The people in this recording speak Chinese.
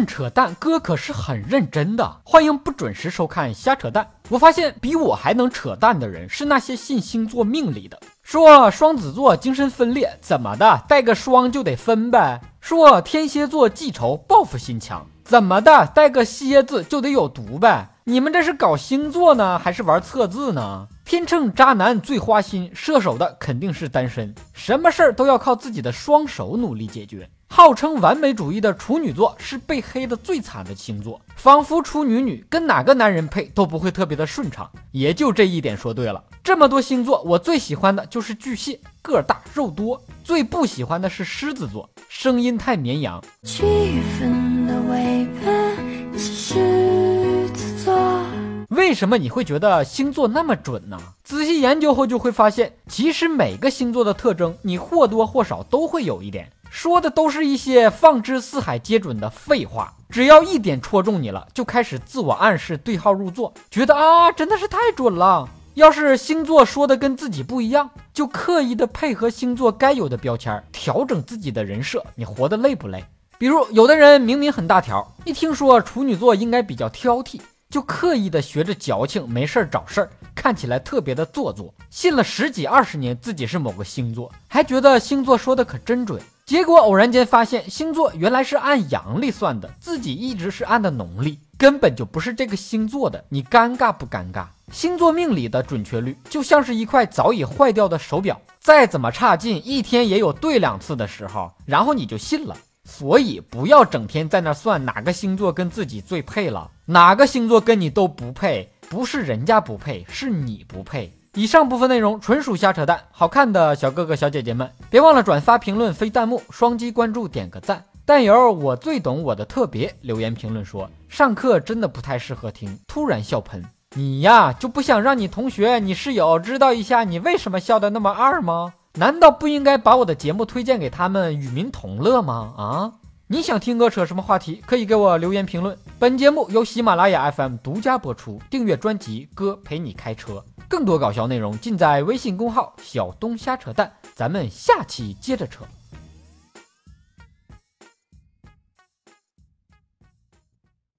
认扯淡，哥可是很认真的。欢迎不准时收看瞎扯淡。我发现比我还能扯淡的人是那些信星座命理的，说双子座精神分裂，怎么的，带个双就得分呗。说天蝎座记仇报复心强，怎么的，带个蝎子就得有毒呗。你们这是搞星座呢，还是玩测字呢？天秤渣男最花心，射手的肯定是单身，什么事儿都要靠自己的双手努力解决。号称完美主义的处女座是被黑的最惨的星座，仿佛处女跟哪个男人配都不会特别的顺畅，也就这一点说对了。这么多星座，我最喜欢的就是巨蟹，个大肉多；最不喜欢的是狮子座，声音太绵阳。7分的尾巴是狮子座。为什么你会觉得星座那么准呢？仔细研究后就会发现，其实每个星座的特征你或多或少都会有一点，说的都是一些放之四海皆准的废话，只要一点戳中你了，就开始自我暗示对号入座，觉得真的是太准了。要是星座说的跟自己不一样，就刻意的配合星座该有的标签，调整自己的人设，你活得累不累？比如有的人明明很大条，一听说处女座应该比较挑剔，就刻意的学着矫情，没事找事儿，看起来特别的做作，信了10几20年自己是某个星座，还觉得星座说的可真准。结果偶然间发现星座原来是按阳历算的，自己一直是按的农历，根本就不是这个星座的，你尴尬不尴尬？星座命理的准确率就像是一块早已坏掉的手表，再怎么差劲，一天也有对2次的时候，然后你就信了。所以不要整天在那算哪个星座跟自己最配了，哪个星座跟你都不配，不是人家不配，是你不配。以上部分内容纯属瞎扯淡，好看的小哥哥小姐姐们别忘了转发评论飞弹幕，双击关注点个赞。但由我最懂我的特别留言评论说，上课真的不太适合听，突然笑喷。你呀就不想让你同学你室友知道一下你为什么笑得那么二吗？难道不应该把我的节目推荐给他们，与民同乐吗？你想听哥扯什么话题，可以给我留言评论。本节目由喜马拉雅 FM 独家播出，订阅专辑哥陪你开车，更多搞笑内容尽在微信公号小东瞎扯淡，咱们下期接着扯。